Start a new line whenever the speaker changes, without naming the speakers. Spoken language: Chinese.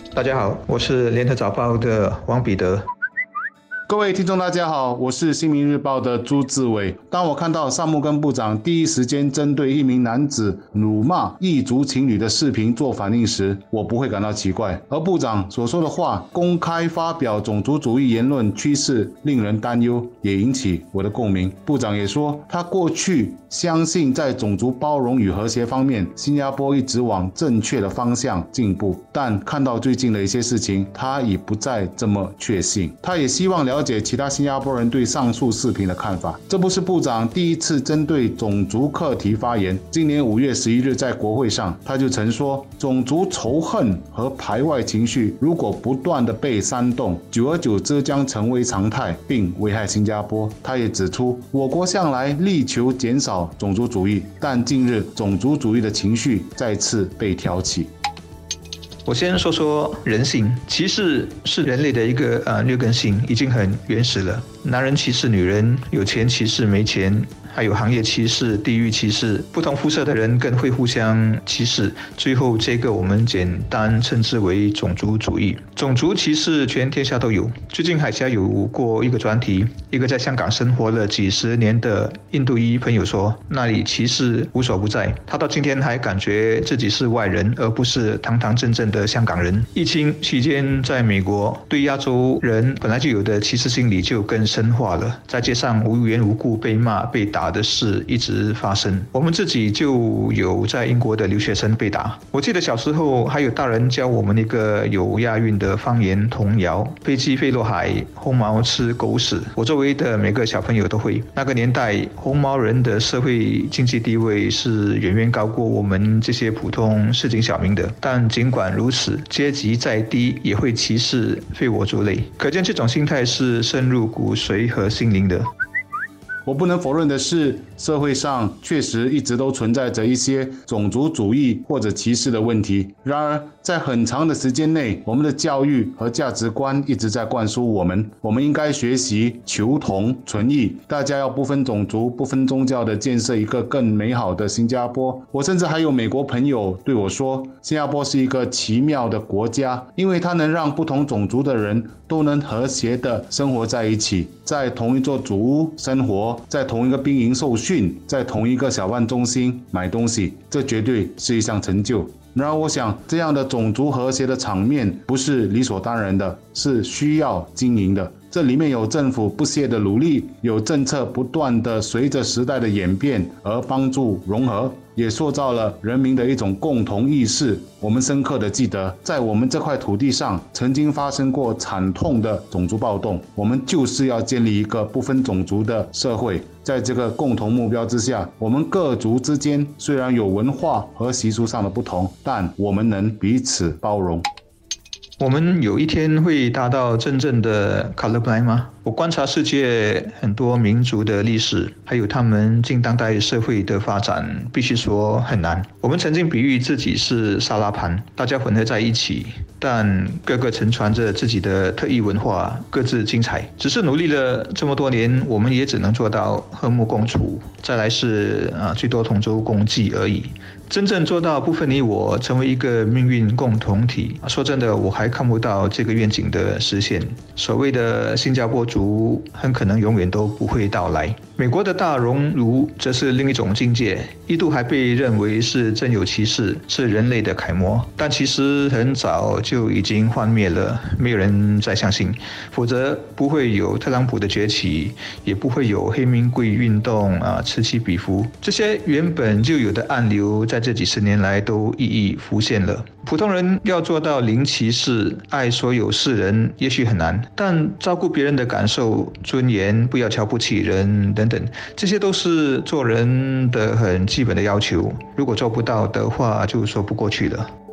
大家好，我是联合早报的王彼得。
各位听众大家好，我是新民日报的朱志伟。当我看到萨木根部长第一时间针对一名男子辱骂异族情侣的视频做反应时，我不会感到奇怪。而部长所说的话，公开发表种族主义言论趋势令人担忧，也引起我的共鸣。部长也说，他过去相信在种族包容与和谐方面，新加坡一直往正确的方向进步，但看到最近的一些事情，他已不再这么确信。他也希望了解其他新加坡人对上述视频的看法。这不是部长第一次针对种族课题发言。今年5月11日在国会上，他就曾说，种族仇恨和排外情绪如果不断的被煽动，久而久之将成为常态，并危害新加坡。他也指出，我国向来力求减少种族主义，但近日种族主义的情绪再次被挑起。
我先说说人性，歧视是人类的一个劣根性，已经很原始了。男人歧视女人，有钱歧视没钱，还有行业歧视、地域歧视，不同肤色的人更会互相歧视。最后这个我们简单称之为种族主义。种族歧视全天下都有。最近海峡有过一个专题，一个在香港生活了几十年的印度裔朋友说，那里歧视无所不在。他到今天还感觉自己是外人，而不是堂堂正正的香港人。疫情期间在美国，对亚洲人本来就有的歧视心理就更深化了，在街上无缘无故被骂被打的事一直发生。我们自己就有在英国的留学生被打。我记得小时候还有大人教我们一个有押韵的方言童谣，飞机飞落海，红毛吃狗屎。我周围的每个小朋友都会。那个年代红毛人的社会经济地位是远远高过我们这些普通市井小民的，但尽管如此，阶级再低也会歧视非我族类，可见这种心态是深入骨髓和心灵的。
我不能否认的是，社会上确实一直都存在着一些种族主义或者歧视的问题。然而，在很长的时间内，我们的教育和价值观一直在灌输我们应该学习求同存异，大家要不分种族、不分宗教的建设一个更美好的新加坡。我甚至还有美国朋友对我说，新加坡是一个奇妙的国家，因为它能让不同种族的人都能和谐地生活在一起，在同一座祖屋生活，在同一个兵营受训，在同一个小贩中心买东西，这绝对是一项成就。然而我想，这样的种族和谐的场面不是理所当然的，是需要经营的。这里面有政府不懈的努力，有政策不断的随着时代的演变而帮助融合，也塑造了人民的一种共同意识。我们深刻的记得，在我们这块土地上曾经发生过惨痛的种族暴动，我们就是要建立一个不分种族的社会。在这个共同目标之下，我们各族之间虽然有文化和习俗上的不同，但我们能彼此包容。
我们有一天会达到真正的 colorblind 吗？我观察世界很多民族的历史，还有他们近当代社会的发展，必须说很难。我们曾经比喻自己是沙拉盘，大家混合在一起，但各个承传着自己的特异文化，各自精彩。只是努力了这么多年，我们也只能做到和睦共处，再来是最多同舟共济而已。真正做到不分你我，成为一个命运共同体，说真的，我还看不到这个愿景的实现。所谓的新加坡族很可能永远都不会到来。美国的大熔炉则是另一种境界，一度还被认为是真有其事，是人类的楷模，但其实很早就已经幻灭了，没有人再相信，否则不会有特朗普的崛起，也不会有黑名贵运动此起彼伏，这些原本就有的暗流在这几十年来都一一浮现了。普通人要做到零歧视，爱所有世人，也许很难，但照顾别人的感受、尊严，不要瞧不起人等等，这些都是做人的很基本的要求。如果做不到的话，就说不过去了。